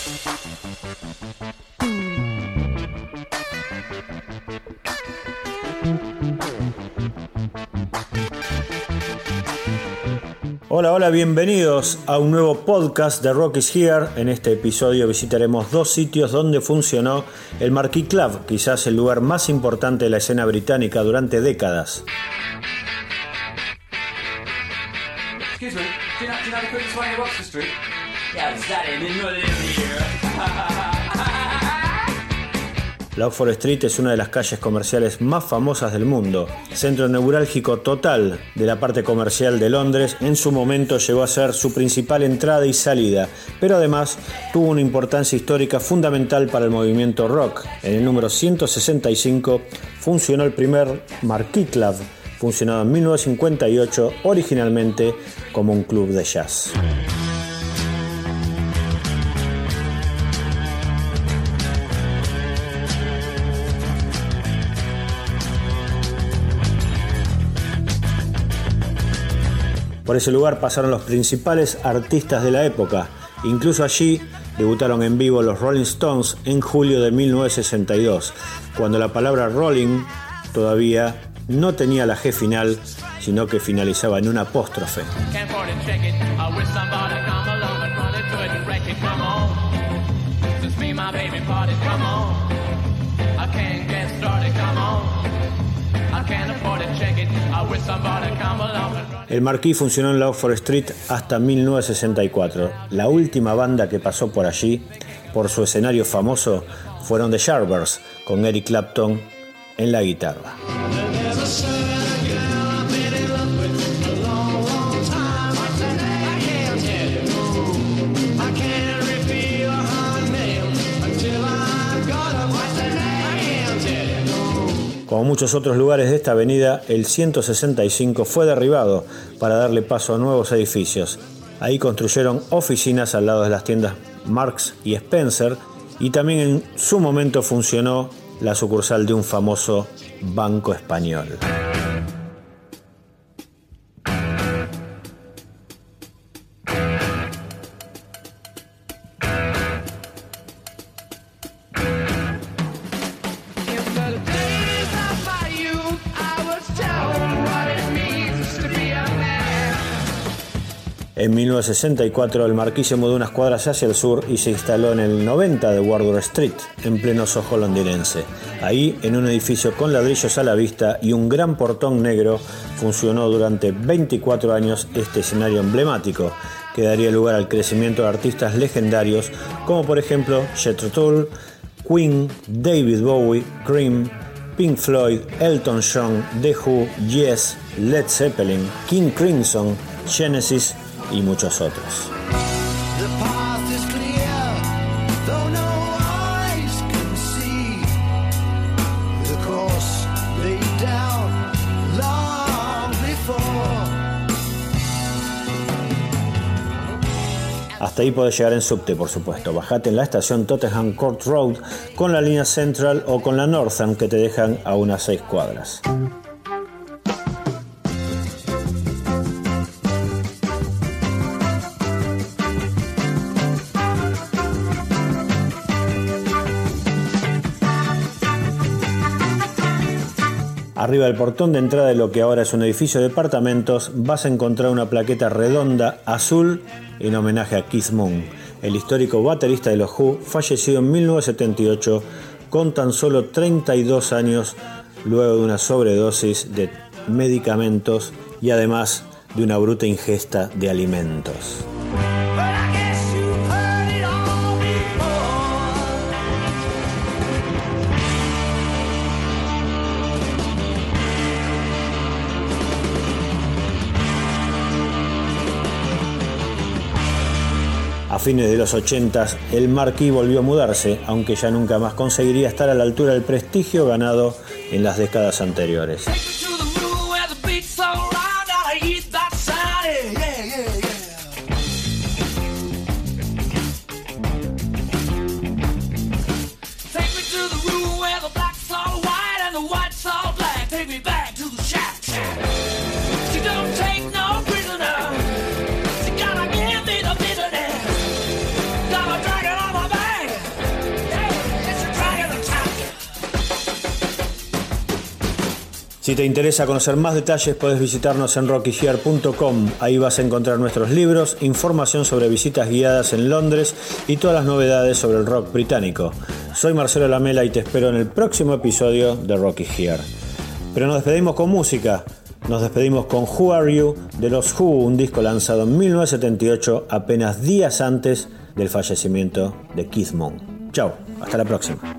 Hola, hola, bienvenidos a un nuevo podcast de Rock is Here. En este episodio visitaremos dos sitios donde funcionó el Marquee Club, quizás el lugar más importante de la escena británica durante décadas. Excuse me, do you know the quickest way to Oxford Street? Yeah, it's that in the middle of the year. La Oxford Street es una de las calles comerciales más famosas del mundo, centro neurálgico total de la parte comercial de Londres. En su momento llegó a ser su principal entrada y salida, pero además tuvo una importancia histórica fundamental para el movimiento rock. En el número 165 funcionó el primer Marquee Club, funcionado en 1958 originalmente como un club de jazz. Por ese lugar pasaron los principales artistas de la época. Incluso allí debutaron en vivo los Rolling Stones en julio de 1962, cuando la palabra Rolling todavía no tenía la G final, sino que finalizaba en un apóstrofe. El Marquee funcionó en la Oxford Street hasta 1964. La última banda que pasó por allí, por su escenario famoso, fueron The Yardbirds, con Eric Clapton en la guitarra. Como muchos otros lugares de esta avenida, el 165 fue derribado para darle paso a nuevos edificios. Ahí construyeron oficinas al lado de las tiendas Marks y Spencer, y también en su momento funcionó la sucursal de un famoso banco español. En 1964 el Marquee se mudó unas cuadras hacia el sur y se instaló en el 90 de Wardour Street, en pleno Soho londinense. Ahí, en un edificio con ladrillos a la vista y un gran portón negro, funcionó durante 24 años este escenario emblemático, que daría lugar al crecimiento de artistas legendarios como por ejemplo Jethro Tull, Queen, David Bowie, Cream, Pink Floyd, Elton John, The Who, Yes, Led Zeppelin, King Crimson, Genesis y muchos otros. Hasta ahí podés llegar en subte, por supuesto. Bajate en la estación Tottenham Court Road con la línea Central o con la Northern, que te dejan a unas 6 cuadras. Arriba del portón de entrada de lo que ahora es un edificio de departamentos vas a encontrar una plaqueta redonda azul en homenaje a Keith Moon, el histórico baterista de los Who, fallecido en 1978 con tan solo 32 años luego de una sobredosis de medicamentos y además de una bruta ingesta de alimentos. A fines de los 80, el Marquee volvió a mudarse, aunque ya nunca más conseguiría estar a la altura del prestigio ganado en las décadas anteriores. Got a dragon on my back. Si te interesa conocer más detalles, puedes visitarnos en rockyhere.com. Ahí vas a encontrar nuestros libros, información sobre visitas guiadas en Londres y todas las novedades sobre el rock británico. Soy Marcelo Lamela y te espero en el próximo episodio de Rocky Here. Pero nos despedimos con música. Nos despedimos con Who Are You de los Who, un disco lanzado en 1978, apenas días antes del fallecimiento de Keith Moon. Chao, hasta la próxima.